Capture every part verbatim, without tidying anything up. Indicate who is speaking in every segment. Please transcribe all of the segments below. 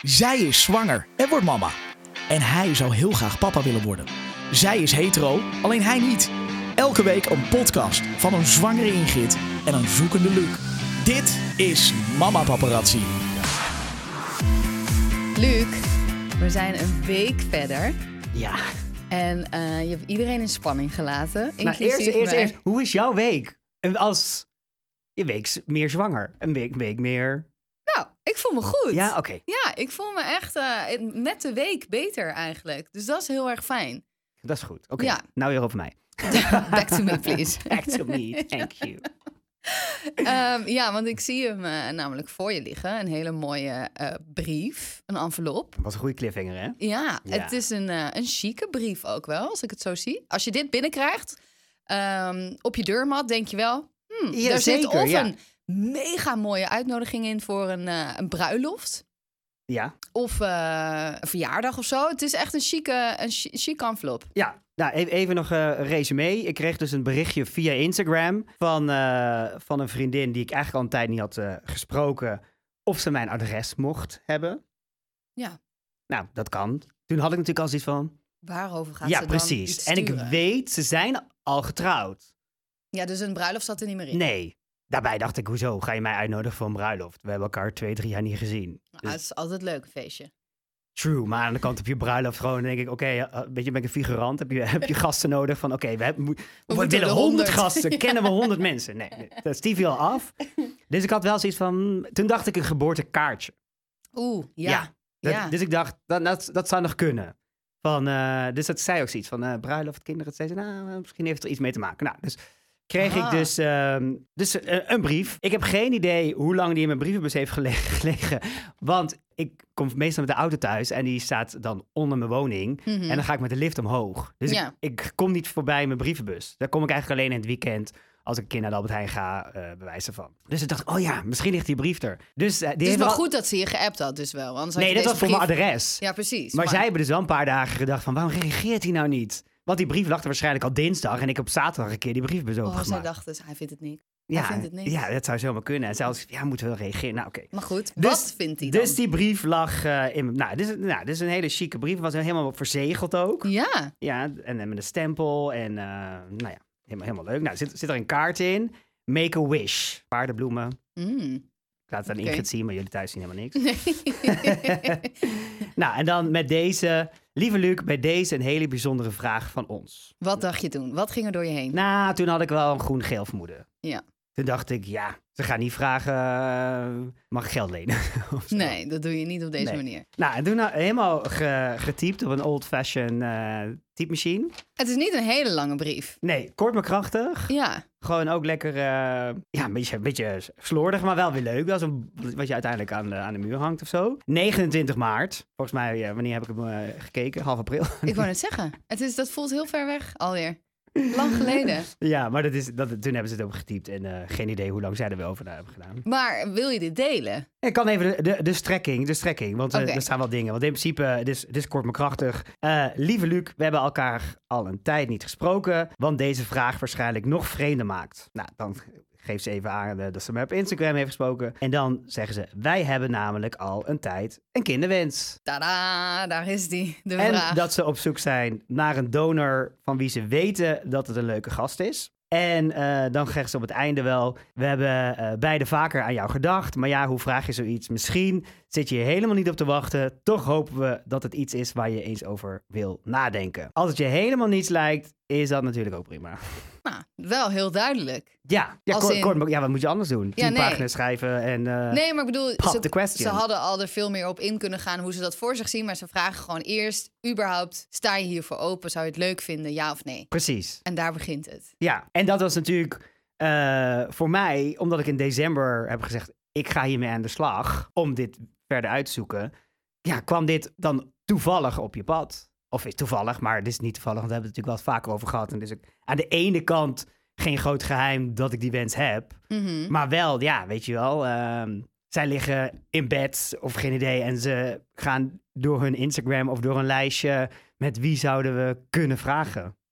Speaker 1: Zij is zwanger en wordt mama. En hij zou heel graag papa willen worden. Zij is hetero, alleen hij niet. Elke week een podcast van een zwangere Ingrid en een zoekende Luc. Dit is Mama Paparazzi.
Speaker 2: Luc, we zijn een week verder.
Speaker 3: Ja.
Speaker 2: En uh, je hebt iedereen in spanning gelaten.
Speaker 3: Nou, eerst, eerst, eerst, hoe is jouw week? Als je week meer zwanger, een week, week meer...
Speaker 2: Nou, ik voel me goed.
Speaker 3: Ja, oké. Okay.
Speaker 2: Ja, ik voel me echt uh, met de week beter eigenlijk. Dus dat is heel erg fijn.
Speaker 3: Dat is goed. Oké, okay.
Speaker 2: Ja.
Speaker 3: Nou weer over mij.
Speaker 2: Back to me, please.
Speaker 3: Back to me, thank you.
Speaker 2: um, ja, want ik zie hem uh, namelijk voor je liggen. Een hele mooie uh, brief, een envelop.
Speaker 3: Wat een goede cliffhanger, hè?
Speaker 2: Ja, ja. Het is een, uh, een chique brief ook wel, als ik het zo zie. Als je dit binnenkrijgt, um, op je deurmat, denk je wel... Hmm,
Speaker 3: ja,
Speaker 2: daar
Speaker 3: zeker,
Speaker 2: zit of
Speaker 3: ja.
Speaker 2: een mega mooie uitnodiging in voor een, uh, een bruiloft.
Speaker 3: Ja.
Speaker 2: Of uh, een verjaardag of zo. Het is echt een chique, een chique envelop.
Speaker 3: Ja. Nou, even nog uh, een resume. Ik kreeg dus een berichtje via Instagram van, uh, van een vriendin die ik eigenlijk al een tijd niet had uh, gesproken, of ze mijn adres mocht hebben.
Speaker 2: Ja.
Speaker 3: Nou, dat kan. Toen had ik natuurlijk al zoiets van...
Speaker 2: Waarover gaat
Speaker 3: ja,
Speaker 2: ze
Speaker 3: precies.
Speaker 2: dan iets
Speaker 3: En ik
Speaker 2: sturen?
Speaker 3: weet, ze zijn al getrouwd.
Speaker 2: Ja, dus een bruiloft zat er niet meer in.
Speaker 3: Nee. Daarbij dacht ik, hoezo ga je mij uitnodigen voor een bruiloft? We hebben elkaar twee, drie jaar niet gezien.
Speaker 2: Nou,
Speaker 3: Dus...
Speaker 2: Het is altijd leuk, een feestje.
Speaker 3: True, maar aan de kant op je bruiloft gewoon denk ik... Oké, okay, weet je, ben ik een figurant? Heb je, heb je gasten nodig? Van oké, okay, we, hebben, we, we, we willen honderd gasten. Kennen we honderd mensen? Nee, nee, dat is die viel af. Dus ik had wel zoiets van... Toen dacht ik een geboortekaartje.
Speaker 2: Oeh, ja.
Speaker 3: ja, dat,
Speaker 2: ja.
Speaker 3: Dus ik dacht, dat, dat, dat zou nog kunnen. Van, uh, dus dat zei ook zoiets van uh, bruiloft, kinderen. Zei ze, nou, misschien heeft het er iets mee te maken. Nou, dus... kreeg ah. ik dus, um, dus uh, een brief. Ik heb geen idee hoe lang die in mijn brievenbus heeft gelegen. Want ik kom meestal met de auto thuis en die staat dan onder mijn woning. Mm-hmm. En dan ga ik met de lift omhoog. Dus ja. ik, ik kom niet voorbij mijn brievenbus. Daar kom ik eigenlijk alleen in het weekend als ik een keer naar de Albert Heijn ga, uh, bewijzen van. Dus ik dacht, oh ja, misschien ligt die brief er. Dus, uh, die
Speaker 2: het is wel
Speaker 3: al...
Speaker 2: goed dat ze je geappt had dus wel. Anders
Speaker 3: nee, dat was
Speaker 2: brief...
Speaker 3: voor mijn adres.
Speaker 2: Ja, precies.
Speaker 3: Maar,
Speaker 2: maar
Speaker 3: zij hebben dus wel een paar dagen gedacht van, waarom reageert hij nou niet? Want die brief lag er waarschijnlijk al dinsdag en ik op zaterdag een keer die briefbus opengemaakt.
Speaker 2: Oh, zij dacht dus, hij vindt het niet.
Speaker 3: Ja,
Speaker 2: hij vindt het niks.
Speaker 3: Ja, dat zou zomaar kunnen. En zelfs, ja, moeten we wel reageren. Nou, oké. Okay.
Speaker 2: Maar goed,
Speaker 3: dus,
Speaker 2: wat vindt hij dan?
Speaker 3: Dus die brief lag uh, in... Nou dit, is, nou, dit is een hele chique brief. Was helemaal verzegeld ook.
Speaker 2: Ja.
Speaker 3: Ja, en, en met een stempel. En uh, nou ja, helemaal, helemaal leuk. Nou, er zit, zit er een kaart in. Make a wish. Paardenbloemen.
Speaker 2: Mm.
Speaker 3: Ik laat het aan okay. Ingrid zien, maar jullie thuis zien helemaal niks.
Speaker 2: Nee.
Speaker 3: Nou, en dan met deze... Lieve Luc, bij deze een hele bijzondere vraag van ons.
Speaker 2: Wat dacht je toen? Wat ging er door je heen?
Speaker 3: Nou, toen had ik wel een groen-geel vermoeden.
Speaker 2: Ja.
Speaker 3: Toen dacht ik, ja, ze gaan niet vragen, uh, mag ik geld lenen?
Speaker 2: Nee, dat doe je niet op deze
Speaker 3: nee.
Speaker 2: manier.
Speaker 3: Nou, en toen helemaal ge- getypt op een old-fashioned uh, typemachine.
Speaker 2: Het is niet een hele lange brief.
Speaker 3: Nee, kort maar krachtig.
Speaker 2: Ja.
Speaker 3: Gewoon ook lekker, uh, ja, een beetje, een beetje slordig, maar wel weer leuk. Dat is een, wat je uiteindelijk aan de, aan de muur hangt of zo. negenentwintig maart, volgens mij, ja, wanneer heb ik hem uh, gekeken? Half april.
Speaker 2: Ik wou net zeggen, het is, dat voelt heel ver weg alweer. Lang geleden.
Speaker 3: Ja, maar dat is, dat, toen hebben ze het ook getypt en uh, geen idee hoe lang zij er weer over hebben gedaan.
Speaker 2: Maar wil je dit delen?
Speaker 3: Ik kan even de, de, de strekking, de strekking, want uh, okay. er staan wel dingen. Want in principe, het is, het is kort maar krachtig. Uh, lieve Luc, we hebben elkaar al een tijd niet gesproken, want deze vraag waarschijnlijk nog vreemder maakt. Nou, dan geeft ze even aan uh, dat ze me op Instagram heeft gesproken. En dan zeggen ze, wij hebben namelijk al een tijd een kinderwens.
Speaker 2: Tadaa, daar is die, de
Speaker 3: en
Speaker 2: vraag.
Speaker 3: En dat ze op zoek zijn naar een donor van wie ze weten dat het een leuke gast is. En uh, dan zeggen ze op het einde wel, we hebben uh, beide vaker aan jou gedacht. Maar ja, hoe vraag je zoiets? Misschien zit je hier helemaal niet op te wachten. Toch hopen we dat het iets is waar je eens over wil nadenken. Als het je helemaal niets lijkt, is dat natuurlijk ook prima.
Speaker 2: Nou, wel heel duidelijk.
Speaker 3: Ja, ja, kort, in... kort, ja wat moet je anders doen? Tien
Speaker 2: ja, nee.
Speaker 3: pagina's schrijven en uh,
Speaker 2: nee, maar ik bedoel,
Speaker 3: ze,
Speaker 2: ze hadden al er veel meer op in kunnen gaan hoe ze dat voor zich zien. Maar ze vragen gewoon eerst, überhaupt, sta je hiervoor open? Zou je het leuk vinden, ja of nee?
Speaker 3: Precies.
Speaker 2: En daar begint het.
Speaker 3: Ja, en dat was natuurlijk uh, voor mij, omdat ik in december heb gezegd, ik ga hiermee aan de slag om dit verder uit te zoeken. Ja, kwam dit dan toevallig op je pad? Of is toevallig, maar dit is niet toevallig, want we hebben het natuurlijk wel vaker over gehad. En dus ik, aan de ene kant geen groot geheim dat ik die wens heb.
Speaker 2: Mm-hmm.
Speaker 3: Maar wel, ja, weet je wel, uh, zij liggen in bed of geen idee. En ze gaan door hun Instagram of door een lijstje met wie zouden we kunnen vragen.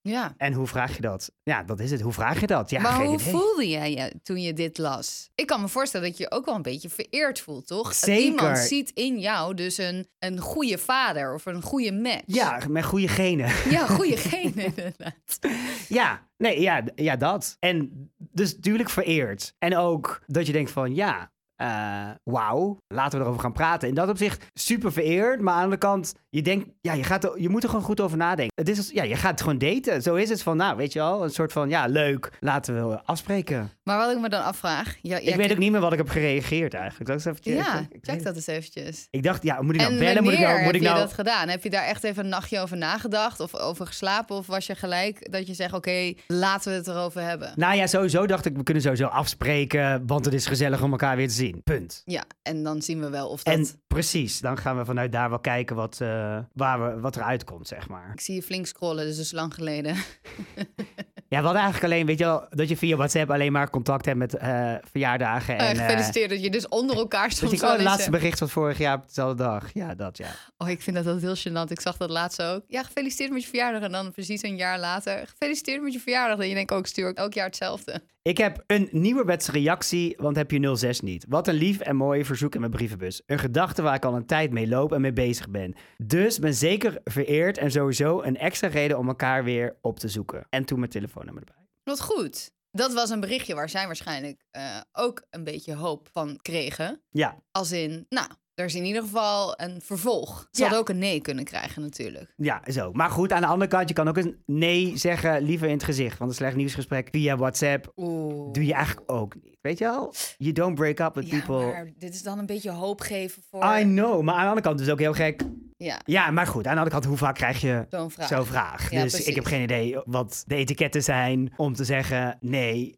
Speaker 2: Ja.
Speaker 3: En hoe vraag je dat? Ja, dat is het. Hoe vraag je dat? Ja,
Speaker 2: maar
Speaker 3: geen
Speaker 2: hoe
Speaker 3: idee.
Speaker 2: voelde jij je toen je dit las? Ik kan me voorstellen dat je je ook wel een beetje vereerd voelt, toch?
Speaker 3: Zeker.
Speaker 2: Iemand ziet in jou dus een, een goede vader of een goede match.
Speaker 3: Ja, met goede genen.
Speaker 2: Ja, goede genen inderdaad.
Speaker 3: Ja, nee, ja, ja, dat. En dus natuurlijk vereerd. En ook dat je denkt van, ja, uh, wauw, laten we erover gaan praten. In dat opzicht super vereerd, maar aan de andere kant, je denkt, ja, je, gaat er, je moet er gewoon goed over nadenken. Het is, als- ja, je gaat gewoon daten. Zo is het van, nou, weet je wel, een soort van, ja, leuk, laten we afspreken.
Speaker 2: Maar wat ik me dan afvraag... Ja,
Speaker 3: Ik weet ook niet meer wat ik heb gereageerd eigenlijk. Dat is eventjes,
Speaker 2: Ja,
Speaker 3: ik, ik
Speaker 2: check
Speaker 3: weet-
Speaker 2: dat eens eventjes.
Speaker 3: Ik dacht, ja, moet ik nou
Speaker 2: En
Speaker 3: bellen? Moet ik
Speaker 2: wanneer
Speaker 3: nou, moet
Speaker 2: heb
Speaker 3: ik nou...
Speaker 2: je dat gedaan? Heb je daar echt even een nachtje over nagedacht of over geslapen? Of was je gelijk dat je zegt, oké, laten we het erover hebben?
Speaker 3: Nou ja, sowieso dacht ik, we kunnen sowieso afspreken, want het is gezellig om elkaar weer te zien. Punt.
Speaker 2: Ja, en dan zien we wel of dat...
Speaker 3: En precies, dan gaan we vanuit daar wel kijken wat, uh, waar we, wat eruit komt, zeg maar.
Speaker 2: Ik zie je flink scrollen, dus dat is lang geleden.
Speaker 3: Ja, we hadden eigenlijk alleen, weet je wel, dat je via WhatsApp alleen maar contact hebt met uh, verjaardagen. En,
Speaker 2: Uh, gefeliciteerd dat je dus onder elkaar
Speaker 3: uh,
Speaker 2: soms
Speaker 3: dat je,
Speaker 2: wel
Speaker 3: oh, het
Speaker 2: eens,
Speaker 3: laatste
Speaker 2: eh,
Speaker 3: bericht van vorig jaar op dezelfde dag. Ja, dat ja.
Speaker 2: Oh, ik vind dat altijd heel gênant. Ik zag dat laatst ook. Ja, gefeliciteerd met je verjaardag. En dan precies een jaar later, gefeliciteerd met je verjaardag. En je denkt ook, ik stuur ook elk jaar hetzelfde.
Speaker 3: Ik heb een nieuwerwetse reactie, want heb je nul zes niet. Wat een lief en mooi verzoek in mijn brievenbus. Een gedachte waar ik al een tijd mee loop en mee bezig ben. Dus ben zeker vereerd en sowieso een extra reden om elkaar weer op te zoeken. En toen mijn telefoonnummer erbij.
Speaker 2: Wat goed. Dat was een berichtje waar zij waarschijnlijk uh, ook een beetje hoop van kregen.
Speaker 3: Ja.
Speaker 2: Als in, nou, er is in ieder geval een vervolg. Ze
Speaker 3: Ja.
Speaker 2: had ook een nee kunnen krijgen natuurlijk.
Speaker 3: Ja, zo. Maar goed, aan de andere kant, je kan ook een nee zeggen liever in het gezicht. Want een slecht nieuwsgesprek via WhatsApp
Speaker 2: Oeh.
Speaker 3: doe je eigenlijk ook niet. Weet je wel? You don't break up with
Speaker 2: Ja,
Speaker 3: people.
Speaker 2: maar dit is dan een beetje hoop geven voor...
Speaker 3: I know, maar aan de andere kant is het ook heel gek.
Speaker 2: Ja,
Speaker 3: Ja, maar goed, aan de andere kant, hoe vaak krijg je
Speaker 2: zo'n vraag.
Speaker 3: zo'n vraag?
Speaker 2: Ja,
Speaker 3: dus
Speaker 2: precies.
Speaker 3: ik heb geen idee wat de etiketten zijn om te zeggen nee.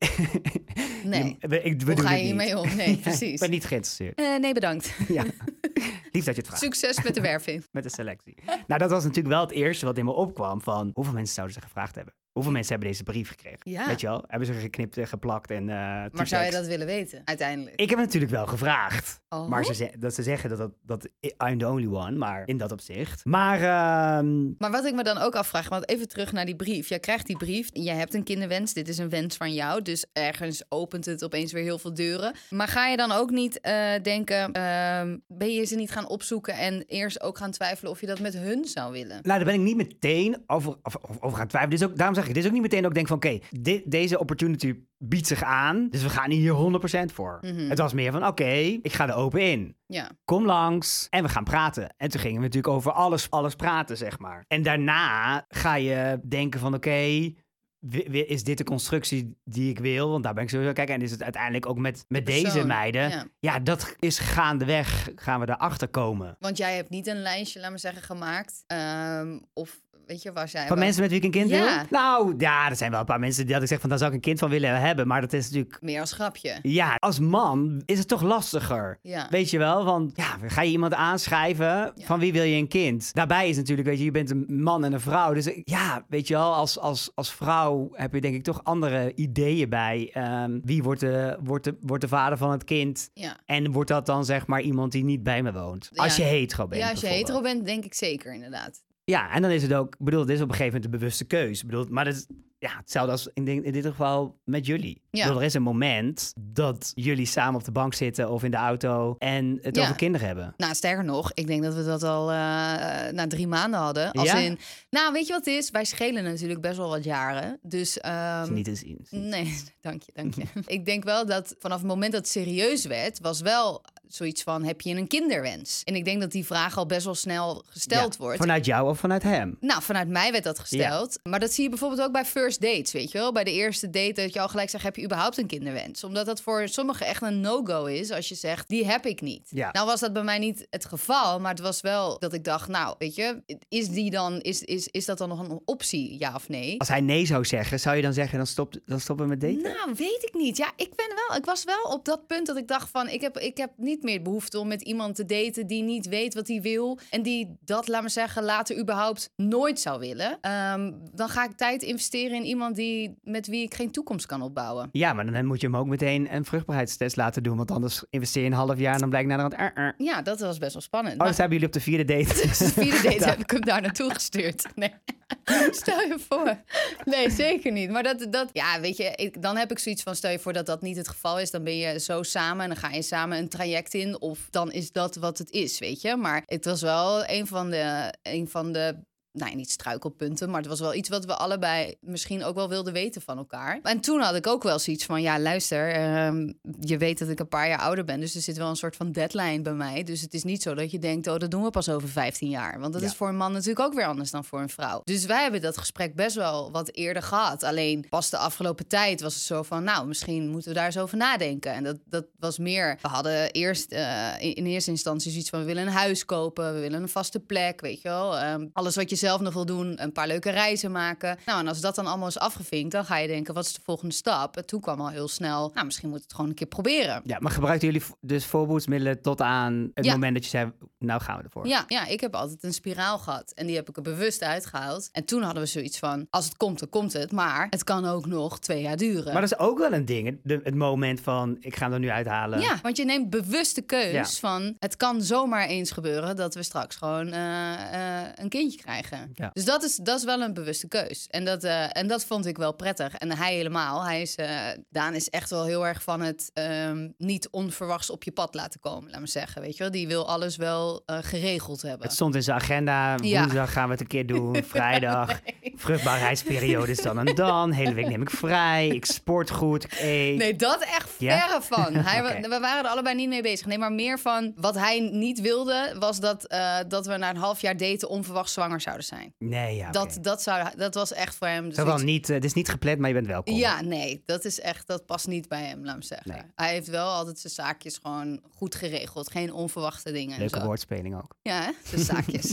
Speaker 2: Nee.
Speaker 3: we, ik, we
Speaker 2: Hoe
Speaker 3: doen
Speaker 2: ga
Speaker 3: het
Speaker 2: je
Speaker 3: niet.
Speaker 2: hiermee om? Nee, precies.
Speaker 3: Ik ben niet geïnteresseerd.
Speaker 2: Uh, nee, bedankt.
Speaker 3: Ja. Lief dat je het vraagt.
Speaker 2: Succes met de werving.
Speaker 3: Met de selectie. Nou, dat was natuurlijk wel het eerste wat in me opkwam van hoeveel mensen zouden ze gevraagd hebben? Hoeveel mensen hebben deze brief gekregen?
Speaker 2: Ja.
Speaker 3: Weet je wel? Hebben ze geknipt en geplakt en uh,
Speaker 2: Maar zou je dat willen weten, uiteindelijk?
Speaker 3: Ik heb het natuurlijk wel gevraagd.
Speaker 2: Oh?
Speaker 3: Maar ze, ze- dat ze zeggen dat, dat, dat I'm the only one, maar in dat opzicht. Maar ehm,
Speaker 2: Maar wat ik me dan ook afvraag, want even terug naar die brief. Jij krijgt die brief, jij hebt een kinderwens, dit is een wens van jou. Dus ergens opent het opeens weer heel veel deuren. Maar ga je dan ook niet uh, denken, uh, ben je ze niet gaan opzoeken en eerst ook gaan twijfelen of je dat met hun zou willen?
Speaker 3: nou, daar ben ik niet meteen over, over, over gaan twijfelen. Dus ook, daarom zeg ik, dit is ook niet meteen ook denk van, oké, dit- deze opportunity biedt zich aan. Dus we gaan hier honderd procent voor.
Speaker 2: Mhm.
Speaker 3: Het was meer van, oké, ik ga er open in.
Speaker 2: Ja,
Speaker 3: Kom langs en we gaan praten. En toen gingen we natuurlijk over alles, alles praten, zeg maar. En daarna ga je denken van, oké, wi- wi- is dit de constructie die ik wil? Want daar ben ik sowieso kijken. En is het uiteindelijk ook met, met
Speaker 2: persoon,
Speaker 3: deze meiden.
Speaker 2: ja.
Speaker 3: Ja, dat is gaandeweg, gaan we erachter komen.
Speaker 2: want jij hebt niet een lijstje, laat maar zeggen, gemaakt. Um, of weet je, waar zij...
Speaker 3: Van
Speaker 2: wel-
Speaker 3: mensen met wie ik een kind
Speaker 2: Ja.
Speaker 3: wil? Nou, ja, er zijn wel een paar mensen die dat ik zeg van, daar zou ik een kind van willen hebben. Maar dat is natuurlijk...
Speaker 2: Meer als grapje.
Speaker 3: Ja, als man is het toch lastiger.
Speaker 2: Ja.
Speaker 3: Weet je wel, want ja, ga je iemand aanschrijven, van wie wil je een kind? Daarbij is natuurlijk, weet je, je bent een man en een vrouw. Dus ja, weet je wel, als, als, als vrouw heb je denk ik toch andere ideeën bij. Um, wie wordt de, wordt, de, wordt de vader van het kind?
Speaker 2: Ja.
Speaker 3: En wordt dat dan zeg maar iemand die niet bij me woont? Als
Speaker 2: Ja.
Speaker 3: je hetero bent
Speaker 2: Ja, als je
Speaker 3: bijvoorbeeld.
Speaker 2: hetero bent, denk ik zeker, inderdaad.
Speaker 3: Ja, en dan is het ook, ik bedoel, dit is op een gegeven moment een bewuste keus. Ik bedoel, maar dat is ja, hetzelfde als in, dit- in dit geval met jullie. Ik
Speaker 2: Ja.
Speaker 3: bedoel, er is een moment dat jullie samen op de bank zitten of in de auto en het
Speaker 2: Ja.
Speaker 3: over kinderen hebben.
Speaker 2: Nou, sterker nog, ik denk dat we dat al uh, na drie maanden hadden. Als
Speaker 3: Ja?
Speaker 2: in, nou, weet je wat het is? Wij schelen natuurlijk best wel wat jaren. Dus,
Speaker 3: Dat is
Speaker 2: um,
Speaker 3: niet te zien.
Speaker 2: nee, dank je, dank je. Ik denk wel dat vanaf het moment dat het serieus werd, was wel zoiets van, heb je een kinderwens? En ik denk dat die vraag al best wel snel gesteld
Speaker 3: Ja,
Speaker 2: wordt.
Speaker 3: Vanuit jou of vanuit hem?
Speaker 2: Nou, vanuit mij werd dat gesteld. Maar dat zie je bijvoorbeeld ook bij first dates, weet je wel? Bij de eerste date dat je al gelijk zegt, heb je überhaupt een kinderwens? Omdat dat voor sommigen echt een no-go is als je zegt, die heb ik niet.
Speaker 3: Ja.
Speaker 2: Nou was dat bij mij niet het geval, maar het was wel dat ik dacht, nou, weet je, is die dan, is, is, is dat dan nog een optie, ja of nee?
Speaker 3: Als hij nee zou zeggen, zou je dan zeggen, dan, stop, dan stoppen we met daten?
Speaker 2: Nou, weet ik niet. Ja, ik ben wel. Ik was wel op dat punt dat ik dacht van, ik heb, ik heb niet meer behoefte om met iemand te daten die niet weet wat hij wil en die dat, laat me zeggen, later überhaupt nooit zou willen. Um, dan ga ik tijd investeren in iemand die met wie ik geen toekomst kan opbouwen.
Speaker 3: Ja, maar dan moet je hem ook meteen een vruchtbaarheidstest laten doen. Want anders investeer je een half jaar en dan blijkt naar de rand... Uh, uh.
Speaker 2: Ja, dat was best wel spannend.
Speaker 3: Oh, dus hebben jullie op de vierde date.
Speaker 2: Dus de vierde date heb ik hem daar naartoe gestuurd. Nee. Stel je voor. Nee, zeker niet. Maar dat, dat ja, weet je, ik, dan heb ik zoiets van, stel je voor dat dat niet het geval is. Dan ben je zo samen en dan ga je samen een traject in. Of dan is dat wat het is, weet je. Maar het was wel een van de, een van de nou, niet struikelpunten, maar het was wel iets wat we allebei misschien ook wel wilden weten van elkaar. En toen had ik ook wel zoiets van, ja, luister, um, je weet dat ik een paar jaar ouder ben, dus er zit wel een soort van deadline bij mij. Dus het is niet zo dat je denkt, oh, dat doen we pas over vijftien jaar. Want dat ja. is voor een man natuurlijk ook weer anders dan voor een vrouw. Dus wij hebben dat gesprek best wel wat eerder gehad. Alleen pas de afgelopen tijd was het zo van, nou, misschien moeten we daar eens over nadenken. En dat, dat was meer, we hadden eerst uh, in, in eerste instantie zoiets van, we willen een huis kopen, we willen een vaste plek, weet je wel. Um, alles wat je zelf nog wil doen, een paar leuke reizen maken. Nou, en als dat dan allemaal is afgevinkt, dan ga je denken, wat is de volgende stap? En toen kwam al heel snel, nou, misschien moet het gewoon een keer proberen.
Speaker 3: Ja, maar gebruikten jullie dus voorbehoedsmiddelen tot aan het ja. moment dat je zei, nou gaan we ervoor?
Speaker 2: Ja, ja, ik heb altijd een spiraal gehad en die heb ik er bewust uitgehaald. En toen hadden we zoiets van, als het komt, dan komt het, maar het kan ook nog twee jaar duren.
Speaker 3: Maar dat is ook wel een ding, de, het moment van, ik ga hem er nu uithalen.
Speaker 2: Ja, want je neemt bewust de keus ja. van, het kan zomaar eens gebeuren dat we straks gewoon uh, uh, een kindje krijgen. Ja. Dus dat is, dat is wel een bewuste keus. En dat, uh, en dat vond ik wel prettig. En hij helemaal. Hij is, uh, Daan is echt wel heel erg van het um, niet onverwachts op je pad laten komen, laat me zeggen. Weet je wel? Die wil alles wel uh, geregeld hebben.
Speaker 3: Het stond in zijn agenda. Woensdag ja. gaan we het een keer doen. Vrijdag. Nee. Vruchtbaarheidsperiode is dan en dan. Hele week neem ik vrij. Ik sport goed. Ik eet.
Speaker 2: Nee, dat echt
Speaker 3: ja?
Speaker 2: verre van. Hij, okay. We waren er allebei niet mee bezig. Nee, maar meer van wat hij niet wilde, was dat, uh, dat we na een half jaar daten onverwachts zwanger zouden zijn.
Speaker 3: Nee, ja. Okay.
Speaker 2: Dat, dat, zou, dat was echt voor hem. Dus
Speaker 3: Zo wel niet, uh, het is niet gepland, maar je bent welkom.
Speaker 2: Ja, nee, dat is echt, dat past niet bij hem, laat me zeggen. Nee. Hij heeft wel altijd zijn zaakjes gewoon goed geregeld. Geen onverwachte dingen.
Speaker 3: Leuke woordspeling ook.
Speaker 2: Ja, hè? Zijn zaakjes.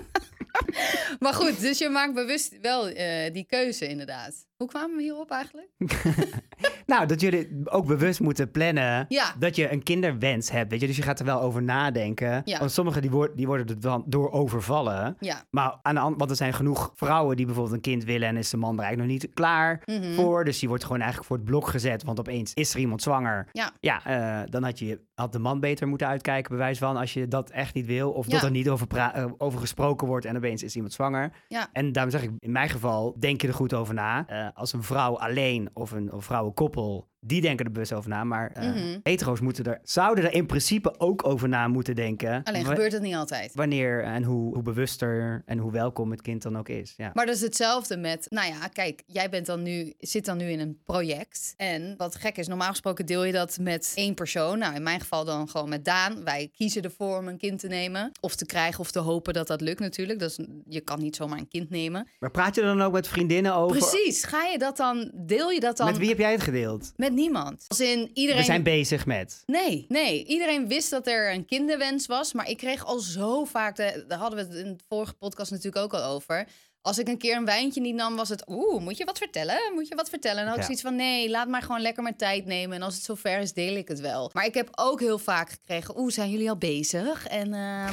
Speaker 2: Maar goed, dus je maakt bewust wel uh, die keuze inderdaad. Hoe kwamen we hierop eigenlijk?
Speaker 3: Nou, dat jullie ook bewust moeten plannen
Speaker 2: ja.
Speaker 3: dat je een kinderwens hebt. Weet je? Dus je gaat er wel over nadenken. Ja. Want sommigen die, wo- die worden er dan door overvallen.
Speaker 2: Ja.
Speaker 3: Maar aan de an- want er zijn genoeg vrouwen die bijvoorbeeld een kind willen en is de man er eigenlijk nog niet klaar
Speaker 2: mm-hmm.
Speaker 3: voor. Dus die wordt gewoon eigenlijk voor het blok gezet. Want opeens is er iemand zwanger.
Speaker 2: Ja,
Speaker 3: ja uh, dan had, je, had de man beter moeten uitkijken, bij wijze van, als je dat echt niet wil. Of
Speaker 2: ja.
Speaker 3: dat er niet over, pra- uh, over gesproken wordt en opeens is iemand zwanger.
Speaker 2: Ja.
Speaker 3: En daarom zeg ik, in mijn geval, denk je er goed over na. Uh, als een vrouw alleen of een, of een vrouwenkoppel, die denken er bewust over na. Maar uh,
Speaker 2: mm-hmm.
Speaker 3: hetero's moeten er, zouden er in principe ook over na moeten denken.
Speaker 2: Alleen gebeurt het niet altijd.
Speaker 3: Wanneer en hoe, hoe bewuster en hoe welkom het kind dan ook is. Ja.
Speaker 2: Maar dat is hetzelfde met, nou ja, kijk, jij bent dan nu, zit dan nu in een project. En wat gek is, normaal gesproken deel je dat met één persoon. Nou, in mijn geval dan gewoon met Daan. Wij kiezen ervoor om een kind te nemen. Of te krijgen of te hopen dat dat lukt natuurlijk. Dat is, je kan niet zomaar een kind nemen.
Speaker 3: Maar praat je er dan ook met vriendinnen over?
Speaker 2: Precies. Ga je dat dan, deel je dat dan?
Speaker 3: Met wie heb jij het gedeeld?
Speaker 2: Met niemand. Als in iedereen...
Speaker 3: We zijn bezig met...
Speaker 2: Nee, nee. Iedereen wist dat er een kinderwens was. Maar ik kreeg al zo vaak... De, daar hadden we het in de vorige podcast natuurlijk ook al over. Als ik een keer een wijntje niet nam, was het... Oeh, moet je wat vertellen? Moet je wat vertellen? En dan had ik
Speaker 3: ja.
Speaker 2: zoiets van... Nee, laat maar gewoon lekker mijn tijd nemen. En als het zover is, deel ik het wel. Maar ik heb ook heel vaak gekregen... Oeh, zijn jullie al bezig? En uh...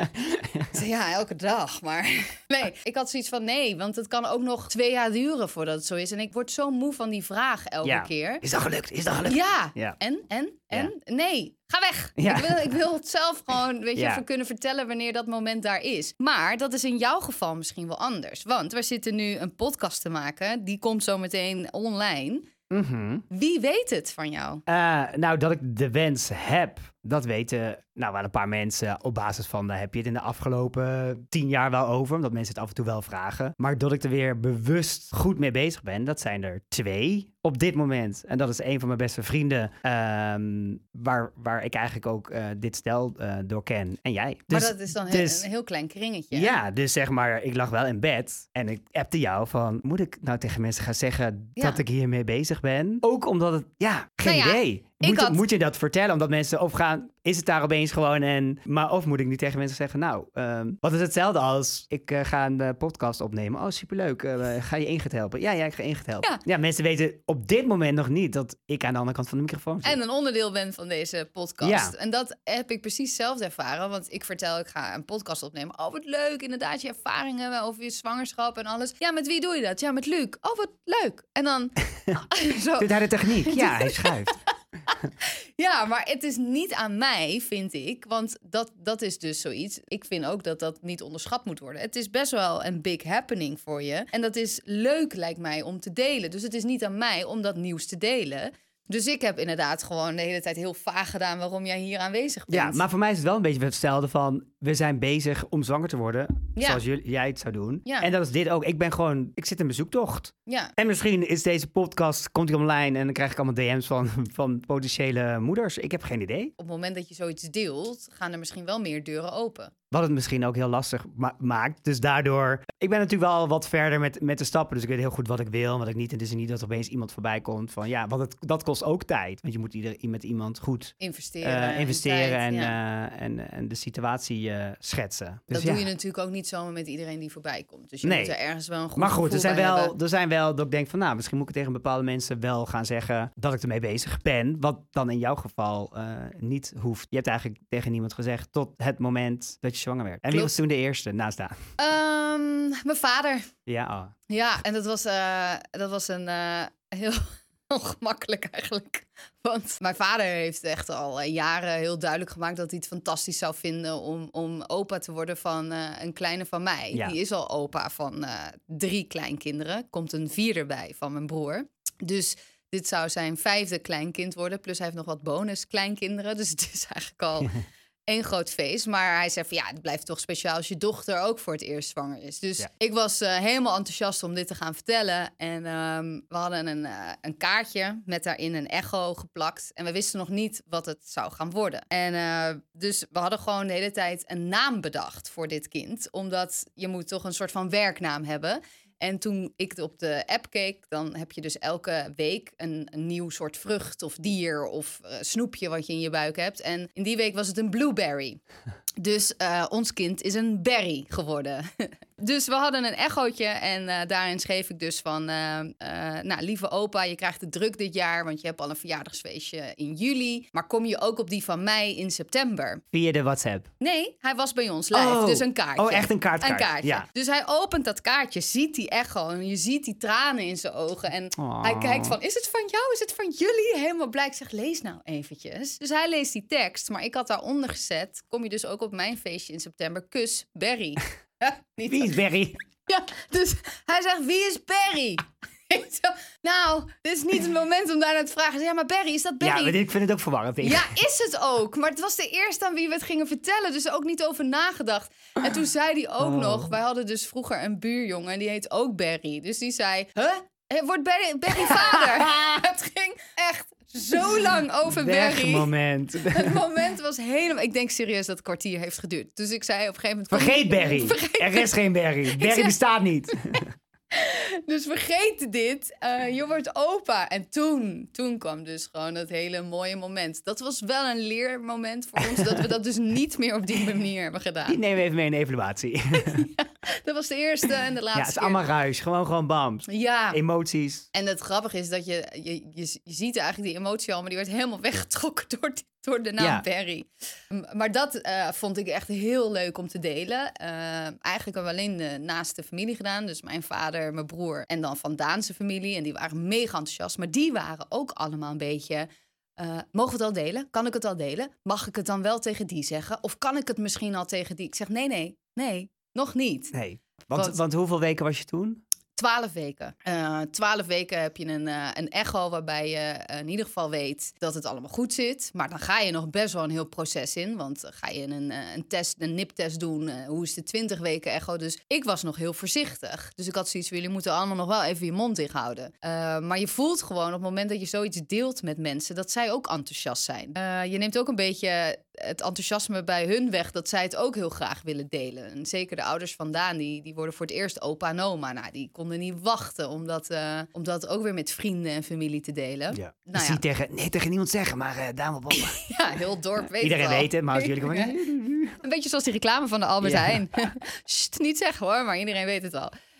Speaker 2: ja, elke dag. Maar nee, ik had zoiets van... Nee, want het kan ook nog twee jaar duren voordat het zo is. En ik word zo moe van die vraag elke
Speaker 3: ja.
Speaker 2: keer.
Speaker 3: Is dat gelukt? Is dat gelukt?
Speaker 2: Ja.
Speaker 3: ja.
Speaker 2: En? En? En? Ja. Nee. Ga weg!
Speaker 3: Ja.
Speaker 2: Ik, wil, ik wil het zelf gewoon, weet je,
Speaker 3: ja.
Speaker 2: even kunnen vertellen wanneer dat moment daar is. Maar dat is in jouw geval misschien wel anders. Want we zitten nu een podcast te maken. Die komt zo meteen online.
Speaker 3: Mm-hmm.
Speaker 2: Wie weet het van jou?
Speaker 3: Uh, nou, dat ik de wens heb, dat weten nou wel een paar mensen. Op basis van, daar heb je het in de afgelopen tien jaar wel over. Omdat mensen het af en toe wel vragen. Maar dat ik er weer bewust goed mee bezig ben, dat zijn er twee op dit moment. En dat is een van mijn beste vrienden, um, waar, waar ik eigenlijk ook uh, dit stel uh, door ken. En jij.
Speaker 2: Dus, maar dat is dan
Speaker 3: dus,
Speaker 2: een heel klein kringetje.
Speaker 3: Ja, dus zeg maar, ik lag wel in bed en ik appte jou van, moet ik nou tegen mensen gaan zeggen ja. dat ik hiermee bezig ben? Ook omdat het, ja, geen
Speaker 2: nou ja,
Speaker 3: idee. Moet,
Speaker 2: had...
Speaker 3: moet je dat vertellen, omdat mensen overgaan, is het daar opeens gewoon en... Maar of moet ik nu tegen mensen zeggen, nou, um, wat is hetzelfde als ik uh, ga een uh, podcast opnemen. Oh, superleuk. Uh, ga je Ingrid helpen? Ja, ja, ik ga Ingrid helpen. Ja. ja, mensen weten op dit moment nog niet dat ik aan de andere kant van de microfoon zit.
Speaker 2: En een onderdeel ben van deze podcast. Ja. En dat heb ik precies zelf ervaren, want ik vertel, ik ga een podcast opnemen. Oh, wat leuk, inderdaad, je ervaringen over je zwangerschap en alles. Ja, met wie doe je dat? Ja, met Luc. Oh, wat leuk. En dan...
Speaker 3: zo. Doet hij de techniek? Ja, hij schuift.
Speaker 2: Ja, maar het is niet aan mij, vind ik. Want dat, dat is dus zoiets. Ik vind ook dat dat niet onderschat moet worden. Het is best wel een big happening voor je. En dat is leuk, lijkt mij, om te delen. Dus het is niet aan mij om dat nieuws te delen. Dus ik heb inderdaad gewoon de hele tijd heel vaag gedaan waarom jij hier aanwezig bent.
Speaker 3: Ja, maar voor mij is het wel een beetje hetzelfde van... we zijn bezig om zwanger te worden,
Speaker 2: Ja.
Speaker 3: zoals jullie, jij het zou doen.
Speaker 2: Ja.
Speaker 3: En dat is dit ook. Ik ben gewoon... Ik zit in mijn zoektocht.
Speaker 2: Ja.
Speaker 3: En misschien is deze podcast, komt hij online... en dan krijg ik allemaal D M's van, van potentiële moeders. Ik heb geen idee.
Speaker 2: Op het moment dat je zoiets deelt, gaan er misschien wel meer deuren open.
Speaker 3: Wat het misschien ook heel lastig ma- maakt. Dus daardoor... Ik ben natuurlijk wel wat verder met, met de stappen. Dus ik weet heel goed wat ik wil en wat ik niet. En het is niet dat er opeens iemand voorbij komt van... ja, want het, dat kost ook tijd. Want je moet ieder, met iemand goed
Speaker 2: Investeren.
Speaker 3: uh, investeren
Speaker 2: tijd,
Speaker 3: en,
Speaker 2: ja.
Speaker 3: uh, en, en de situatie uh, schetsen. Dus
Speaker 2: dat
Speaker 3: ja.
Speaker 2: doe je natuurlijk ook niet zomaar met iedereen die voorbij komt. Dus je
Speaker 3: Nee.
Speaker 2: moet er ergens wel een goed
Speaker 3: Maar goed, er
Speaker 2: gevoel
Speaker 3: zijn,
Speaker 2: bij
Speaker 3: wel,
Speaker 2: hebben.
Speaker 3: er zijn wel dat ik denk van... nou, misschien moet ik tegen bepaalde mensen wel gaan zeggen... dat ik ermee bezig ben. Wat dan in jouw geval uh, niet hoeft. Je hebt eigenlijk tegen niemand gezegd... tot het moment dat je zwanger werd. En wie
Speaker 2: Klopt.
Speaker 3: was toen de eerste naast daar?
Speaker 2: Um, mijn vader.
Speaker 3: Ja, oh.
Speaker 2: Ja, en dat was, uh, dat was een uh, heel ongemakkelijk eigenlijk. Want mijn vader heeft echt al uh, jaren heel duidelijk gemaakt... dat hij het fantastisch zou vinden om, om opa te worden van uh, een kleine van mij.
Speaker 3: Ja.
Speaker 2: Die is al opa van uh, drie kleinkinderen. Komt een vierde bij van mijn broer. Dus dit zou zijn vijfde kleinkind worden. Plus hij heeft nog wat bonus kleinkinderen. Dus het is eigenlijk al... Eén groot feest, maar hij zei van ja, het blijft toch speciaal als je dochter ook voor het eerst zwanger is. Dus ja. ik was uh, helemaal enthousiast om dit te gaan vertellen. En um, we hadden een, uh, een kaartje met daarin een echo geplakt. En we wisten nog niet wat het zou gaan worden. En uh, dus we hadden gewoon de hele tijd een naam bedacht voor dit kind. Omdat je moet toch een soort van werknaam hebben. En toen ik op de app keek, dan heb je dus elke week een, een nieuw soort vrucht of dier of uh, snoepje wat je in je buik hebt. En in die week was het een blueberry. Dus uh, ons kind is een berry geworden. Dus we hadden een echootje en uh, daarin schreef ik dus van... Uh, uh, nou, lieve opa, je krijgt het druk dit jaar, want je hebt al een verjaardagsfeestje in juli. Maar kom je ook op die van mij in september?
Speaker 3: Via de WhatsApp?
Speaker 2: Nee, hij was bij ons live,
Speaker 3: oh.
Speaker 2: dus een kaartje.
Speaker 3: Oh, echt een kaartkaart?
Speaker 2: Een kaartje.
Speaker 3: Ja.
Speaker 2: Dus hij opent dat kaartje, ziet die echo en je ziet die tranen in zijn ogen. En
Speaker 3: oh.
Speaker 2: hij kijkt van, is het van jou? Is het van jullie? Helemaal blij. Ik zeg, lees nou eventjes. Dus hij leest die tekst, maar ik had daaronder gezet... kom je dus ook op mijn feestje in september, kus Berry.
Speaker 3: Niet Wie is Berry?
Speaker 2: Ja, dus hij zegt, wie is Berry? Nou, dit is niet het moment om daar naar te vragen. Ja, maar Berry, is dat Berry?
Speaker 3: Ja, maar ik vind het ook verwarrend.
Speaker 2: Ja, is het ook. Maar het was de eerste aan wie we het gingen vertellen. Dus er ook niet over nagedacht. En toen zei hij ook oh. nog... Wij hadden dus vroeger een buurjongen en die heet ook Berry. Dus die zei, huh? Wordt Berry, Berry vader? Het ging echt zo lang over
Speaker 3: Weg
Speaker 2: Berry.
Speaker 3: moment.
Speaker 2: Het moment was helemaal... Ik denk serieus dat het kwartier heeft geduurd. Dus ik zei op een gegeven moment...
Speaker 3: Vergeet Berry. Vergeet er is geen Berry. Berry zei... bestaat niet.
Speaker 2: Dus vergeet dit. Uh, je wordt opa. En toen, toen kwam dus gewoon dat hele mooie moment. Dat was wel een leermoment voor ons... dat we dat dus niet meer op die manier hebben gedaan.
Speaker 3: Die nemen we even mee in de evaluatie.
Speaker 2: Ja, dat was de eerste en de laatste
Speaker 3: Ja, het is
Speaker 2: keer.
Speaker 3: allemaal ruis. Gewoon, gewoon bam.
Speaker 2: Ja.
Speaker 3: Emoties.
Speaker 2: En het grappige is dat je, je, je, je ziet eigenlijk die emotie al... maar die werd helemaal weggetrokken door, die, door de naam ja. Berry. Maar dat uh, vond ik echt heel leuk om te delen. Uh, eigenlijk hebben we alleen de naaste familie gedaan. Dus mijn vader, mijn broer en dan van Daanse familie. En die waren mega enthousiast. Maar die waren ook allemaal een beetje... Uh, mogen we het al delen? Kan ik het al delen? Mag ik het dan wel tegen die zeggen? Of kan ik het misschien al tegen die? Ik zeg nee, nee, nee, nog niet.
Speaker 3: Nee, want, want, want hoeveel weken was je toen?
Speaker 2: Twaalf weken. Uh, twaalf weken heb je een, uh, een echo waarbij je uh, in ieder geval weet dat het allemaal goed zit. Maar dan ga je nog best wel een heel proces in. Want uh, ga je een, uh, een test, een niptest doen. Uh, hoe is de twintig weken echo? Dus ik was nog heel voorzichtig. Dus ik had zoiets van, jullie moeten allemaal nog wel even je mond dicht houden. Uh, maar je voelt gewoon op het moment dat je zoiets deelt met mensen, dat zij ook enthousiast zijn. Uh, je neemt ook een beetje het enthousiasme bij hun weg, dat zij het ook heel graag willen delen. En zeker de ouders van Daan, die, die worden voor het eerst opa en oma. Nou, die konden niet wachten om dat, uh, om dat ook weer met vrienden en familie te delen.
Speaker 3: Ja.
Speaker 2: Nou
Speaker 3: dus
Speaker 2: ja.
Speaker 3: niet tegen, nee, tegen niemand zeggen, maar uh, Daan op oma.
Speaker 2: Ja, heel het dorp weet
Speaker 3: Iedereen
Speaker 2: het al.
Speaker 3: weet het, maar als jullie gewoon...
Speaker 2: Een beetje zoals die reclame van de Albert
Speaker 3: Ja.
Speaker 2: Heijn. Sst, niet zeggen hoor, maar iedereen weet het al.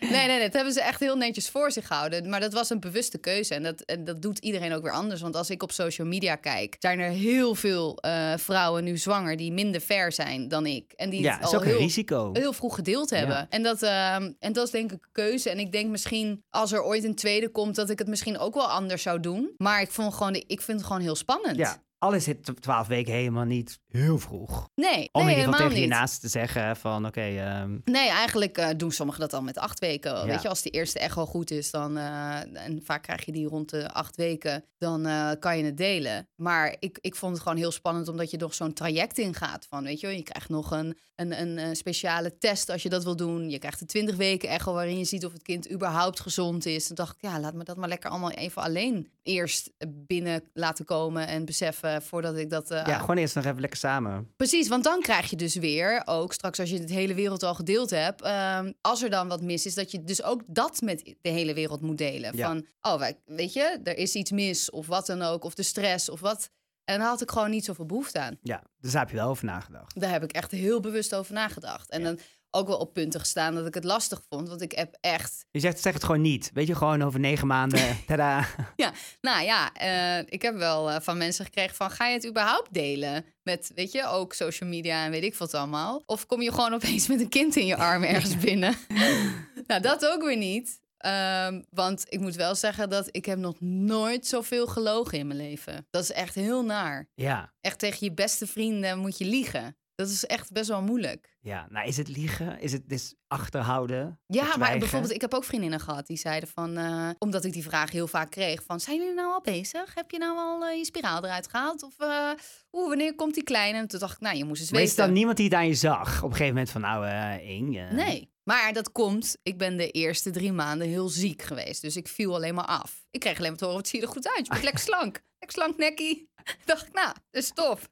Speaker 2: Nee, nee, dat hebben ze echt heel netjes voor zich gehouden. Maar dat was een bewuste keuze. En dat, en dat doet iedereen ook weer anders. Want als ik op social media kijk, zijn er heel veel uh, vrouwen nu zwanger die minder ver zijn dan ik. En die
Speaker 3: ja,
Speaker 2: het
Speaker 3: is
Speaker 2: al
Speaker 3: ook
Speaker 2: heel,
Speaker 3: een risico.
Speaker 2: heel vroeg gedeeld hebben.
Speaker 3: Ja.
Speaker 2: En, dat, uh, en dat is denk ik een keuze. En ik denk misschien, als er ooit een tweede komt, dat ik het misschien ook wel anders zou doen. Maar ik, vond gewoon, ik vind het gewoon heel spannend.
Speaker 3: Ja. Al is het twaalf weken helemaal niet heel vroeg.
Speaker 2: Nee,
Speaker 3: Om
Speaker 2: nee,
Speaker 3: in ieder geval tegen
Speaker 2: niet.
Speaker 3: je naast te zeggen van oké... Okay, um...
Speaker 2: Nee, eigenlijk uh, doen sommigen dat al met acht weken.
Speaker 3: Ja.
Speaker 2: Weet je, als die eerste echo goed is, dan... Uh, en vaak krijg je die rond de acht weken, dan uh, kan je het delen. Maar ik, ik vond het gewoon heel spannend, omdat je nog zo'n traject ingaat. Van, weet je, je krijgt nog een, een, een, een speciale test als je dat wil doen. Je krijgt de twintig weken echo waarin je ziet of het kind überhaupt gezond is. Dan dacht ik, ja, laat me dat maar lekker allemaal even alleen eerst binnen laten komen en beseffen voordat ik dat... Uh,
Speaker 3: ja, gewoon eerst nog even lekker samen.
Speaker 2: Precies, want dan krijg je dus weer ook straks als je het hele wereld al gedeeld hebt, uh, als er dan wat mis is, dat je dus ook dat met de hele wereld moet delen.
Speaker 3: Ja.
Speaker 2: Van, oh, wij, weet je, er is iets mis of wat dan ook, of de stress of wat. En daar had ik gewoon niet zoveel behoefte aan.
Speaker 3: Ja, dus daar heb je wel over nagedacht.
Speaker 2: Daar heb ik echt heel bewust over nagedacht. En ja. dan ook wel op punten gestaan dat ik het lastig vond, want ik heb echt...
Speaker 3: Je zegt, zeg het gewoon niet. Weet je, gewoon over negen maanden. Tada.
Speaker 2: Ja, nou ja, uh, ik heb wel uh, van mensen gekregen van, ga je het überhaupt delen? Met, weet je, ook social media en weet ik wat allemaal. Of kom je gewoon opeens met een kind in je arm ergens binnen? Nou, dat ook weer niet. Um, want ik moet wel zeggen dat ik heb nog nooit zoveel gelogen in mijn leven. Dat is echt heel naar.
Speaker 3: Ja.
Speaker 2: Echt tegen je beste vrienden moet je liegen. Dat is echt best wel moeilijk.
Speaker 3: Ja, nou is het liegen? Is het dus achterhouden?
Speaker 2: Ja, maar bijvoorbeeld, ik heb ook vriendinnen gehad die zeiden van... Uh, omdat ik die vraag heel vaak kreeg van... zijn jullie nou al bezig? Heb je nou al uh, je spiraal eruit gehaald? Of uh, oeh, wanneer komt die kleine? En toen dacht ik, nou, je moest eens
Speaker 3: maar
Speaker 2: weten.
Speaker 3: Maar is dan niemand die het aan je zag? Op een gegeven moment van, nou, uh, Ing... Uh...
Speaker 2: Nee. Maar dat komt, ik ben de eerste drie maanden heel ziek geweest. Dus ik viel alleen maar af. Ik kreeg alleen maar te horen, wat zie je er goed uit? Je bent lekker slank. Lekker slank nekkie. dacht ik, nou, dat is tof.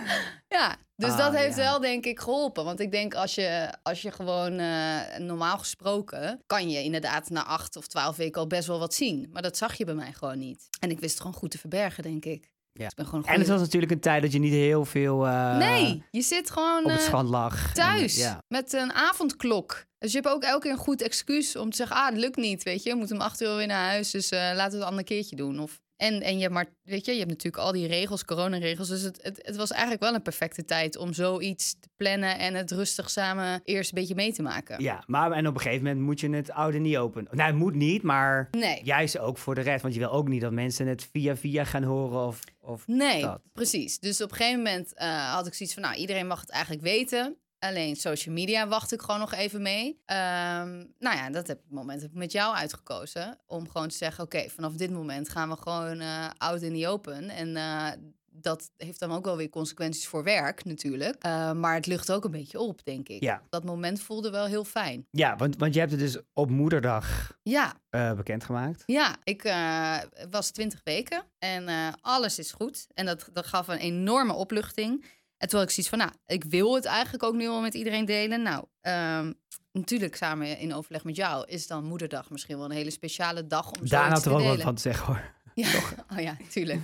Speaker 2: Ja, dus ah, dat heeft ja. wel denk ik geholpen. Want ik denk als je, als je gewoon uh, normaal gesproken... kan je inderdaad na acht of twaalf weken al best wel wat zien. Maar dat zag je bij mij gewoon niet. En ik wist het gewoon goed te verbergen, denk ik.
Speaker 3: Ja.
Speaker 2: Dus ik ben gewoon
Speaker 3: en het was natuurlijk een tijd dat je niet heel veel... Uh,
Speaker 2: nee, je zit gewoon
Speaker 3: op het strand lag.
Speaker 2: Thuis,
Speaker 3: en, ja.
Speaker 2: met een avondklok. Dus je hebt ook elke keer een goed excuus om te zeggen... ah, het lukt niet, weet je. Je moet om acht uur weer naar huis, dus uh, laten we het een ander keertje doen. Of... En, en je hebt maar, weet je, je hebt natuurlijk al die regels, coronaregels. Dus het, het, het was eigenlijk wel een perfecte tijd om zoiets te plannen en het rustig samen eerst een beetje mee te maken.
Speaker 3: Ja, maar en op een gegeven moment moet je het oude niet openen. Nou, het moet niet, maar
Speaker 2: nee.
Speaker 3: juist ook voor de rest. Want je wil ook niet dat mensen het via via gaan horen of, of
Speaker 2: nee,
Speaker 3: dat.
Speaker 2: Precies. Dus op een gegeven moment uh, had ik zoiets van, nou, iedereen mag het eigenlijk weten. Alleen social media wacht ik gewoon nog even mee. Um, nou ja, dat heb, moment heb ik met jou uitgekozen. Om gewoon te zeggen, oké, okay, vanaf dit moment gaan we gewoon uh, out in the open. En uh, dat heeft dan ook wel weer consequenties voor werk natuurlijk. Uh, maar het lucht ook een beetje op, denk ik.
Speaker 3: Ja.
Speaker 2: Dat moment voelde wel heel fijn.
Speaker 3: Ja, want, want je hebt het dus op moederdag
Speaker 2: ja.
Speaker 3: uh, bekendgemaakt.
Speaker 2: Ja, ik uh, was twintig weken en uh, alles is goed. En dat, dat gaf een enorme opluchting. En toen had ik zoiets van, nou, ik wil het eigenlijk ook nu al met iedereen delen. Nou, um, natuurlijk samen in overleg met jou is dan Moederdag misschien wel een hele speciale dag om
Speaker 3: Daar had
Speaker 2: te
Speaker 3: er wel
Speaker 2: delen.
Speaker 3: wat van te zeggen, hoor.
Speaker 2: Ja, oh ja, tuurlijk.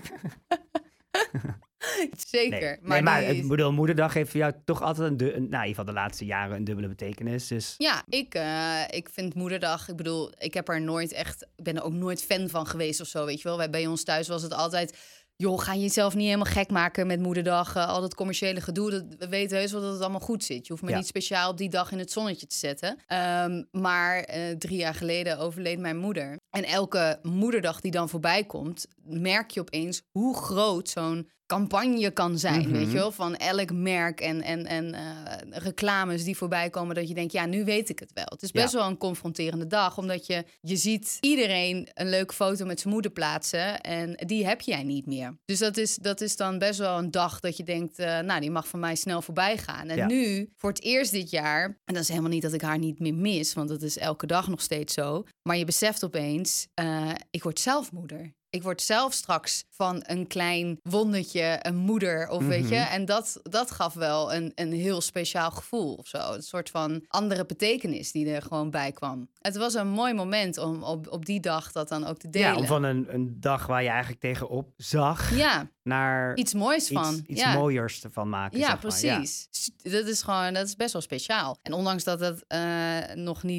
Speaker 2: Zeker.
Speaker 3: Nee,
Speaker 2: maar,
Speaker 3: nee, maar
Speaker 2: die...
Speaker 3: ik bedoel, Moederdag heeft voor jou toch altijd een, du- een, nou, in ieder geval de laatste jaren een dubbele betekenis. Dus...
Speaker 2: Ja, ik, uh, ik vind Moederdag, ik bedoel, ik heb er nooit echt, ik ben er ook nooit fan van geweest of zo, weet je wel. Wij, bij ons thuis was het altijd... joh, ga je jezelf niet helemaal gek maken met Moederdag. Uh, al dat commerciële gedoe, dat, we weten heus wel dat het allemaal goed zit. Je hoeft me ja. niet speciaal op die dag in het zonnetje te zetten. Um, maar uh, drie jaar geleden overleed mijn moeder. En elke Moederdag die dan voorbij komt, merk je opeens hoe groot zo'n campagne kan zijn, mm-hmm. weet je wel? Van elk merk en, en, en uh, reclames die voorbij komen, dat je denkt, ja, nu weet ik het wel. Het is best ja. wel een confronterende dag, omdat je, je ziet iedereen een leuke foto met zijn moeder plaatsen en die heb jij niet meer. Dus dat is, dat is dan best wel een dag dat je denkt, uh, nou, die mag van mij snel voorbij gaan. En ja. nu, voor het eerst dit jaar, en dat is helemaal niet dat ik haar niet meer mis, want dat is elke dag nog steeds zo, maar je beseft opeens, uh, ik word zelf moeder. Ik word zelf straks van een klein wondertje een moeder, of weet je. En dat, dat gaf wel een, een heel speciaal gevoel of zo. Een soort van andere betekenis die er gewoon bij kwam. Het was een mooi moment om op, op die dag dat dan ook te delen.
Speaker 3: Ja, om van een, een dag waar je eigenlijk tegenop zag...
Speaker 2: Ja.
Speaker 3: naar
Speaker 2: iets moois van.
Speaker 3: Iets, iets
Speaker 2: ja.
Speaker 3: mooiers ervan maken.
Speaker 2: Ja,
Speaker 3: zeg maar.
Speaker 2: precies. Ja. Dat is gewoon, dat is best wel speciaal. En ondanks dat het uh, nog niet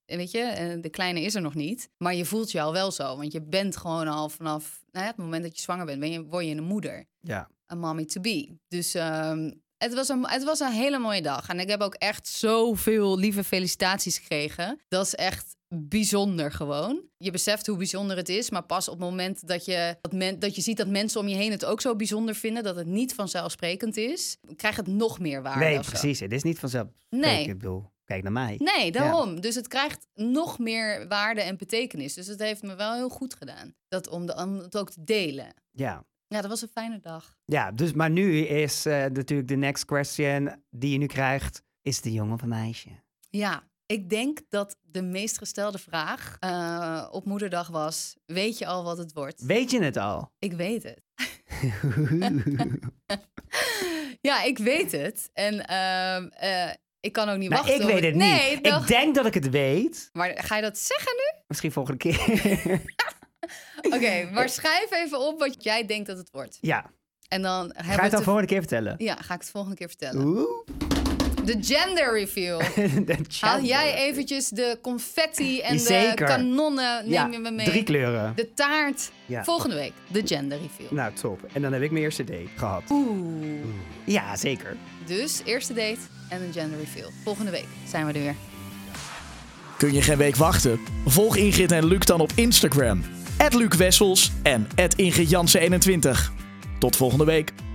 Speaker 2: weet je, de kleine is er nog niet. Maar je voelt je al wel zo. Want je bent gewoon al vanaf nou ja, het moment dat je zwanger bent, ben je, word je een moeder.
Speaker 3: Ja.
Speaker 2: Een mommy to be. Dus um, het, was een, het was een hele mooie dag. En ik heb ook echt zoveel lieve felicitaties gekregen. Dat is echt bijzonder gewoon. Je beseft hoe bijzonder het is, maar pas op het moment dat je, dat, men, dat je ziet dat mensen om je heen het ook zo bijzonder vinden, dat het niet vanzelfsprekend is, krijgt het nog meer waarde.
Speaker 3: Nee, precies. Het is niet vanzelfsprekend.
Speaker 2: Nee.
Speaker 3: Ik bedoel, kijk naar mij.
Speaker 2: Nee, daarom. Ja. Dus het krijgt nog meer waarde en betekenis. Dus het heeft me wel heel goed gedaan. Dat om, de, om het ook te delen.
Speaker 3: Ja.
Speaker 2: Ja, dat was een fijne dag.
Speaker 3: Ja, dus, maar nu is uh, natuurlijk de next question die je nu krijgt, is het een jongen of een meisje?
Speaker 2: Ja, ik denk dat de meest gestelde vraag uh, op moederdag was, weet je al wat het wordt?
Speaker 3: Weet je het al?
Speaker 2: Ik weet het. Ja, ik weet het. En uh, uh, ik kan ook niet
Speaker 3: nou,
Speaker 2: wachten.
Speaker 3: Ik weet het niet. Nee,
Speaker 2: toch...
Speaker 3: Ik denk dat ik het weet.
Speaker 2: Maar ga je dat zeggen nu?
Speaker 3: Misschien volgende keer.
Speaker 2: Oké, okay, maar schrijf even op wat jij denkt dat het wordt.
Speaker 3: Ja.
Speaker 2: En dan
Speaker 3: ga je het dan de volgende keer vertellen?
Speaker 2: Ja, ga ik het volgende keer vertellen.
Speaker 3: Oeh.
Speaker 2: De gender reveal.
Speaker 3: de gender.
Speaker 2: Haal jij eventjes de confetti en
Speaker 3: Zeker.
Speaker 2: de kanonnen, neem
Speaker 3: ja,
Speaker 2: je me mee.
Speaker 3: Drie kleuren.
Speaker 2: De taart.
Speaker 3: Ja.
Speaker 2: Volgende week, de gender reveal.
Speaker 3: Nou, top. En dan heb ik mijn eerste date gehad.
Speaker 2: Oeh.
Speaker 3: Oeh. Ja, zeker.
Speaker 2: Dus, eerste date en een gender reveal. Volgende week zijn we er weer.
Speaker 1: Kun je geen week wachten? Volg Ingrid en Luc dan op Instagram. at Luc Wessels en at Ingrid Jansen eenentwintig. Tot volgende week.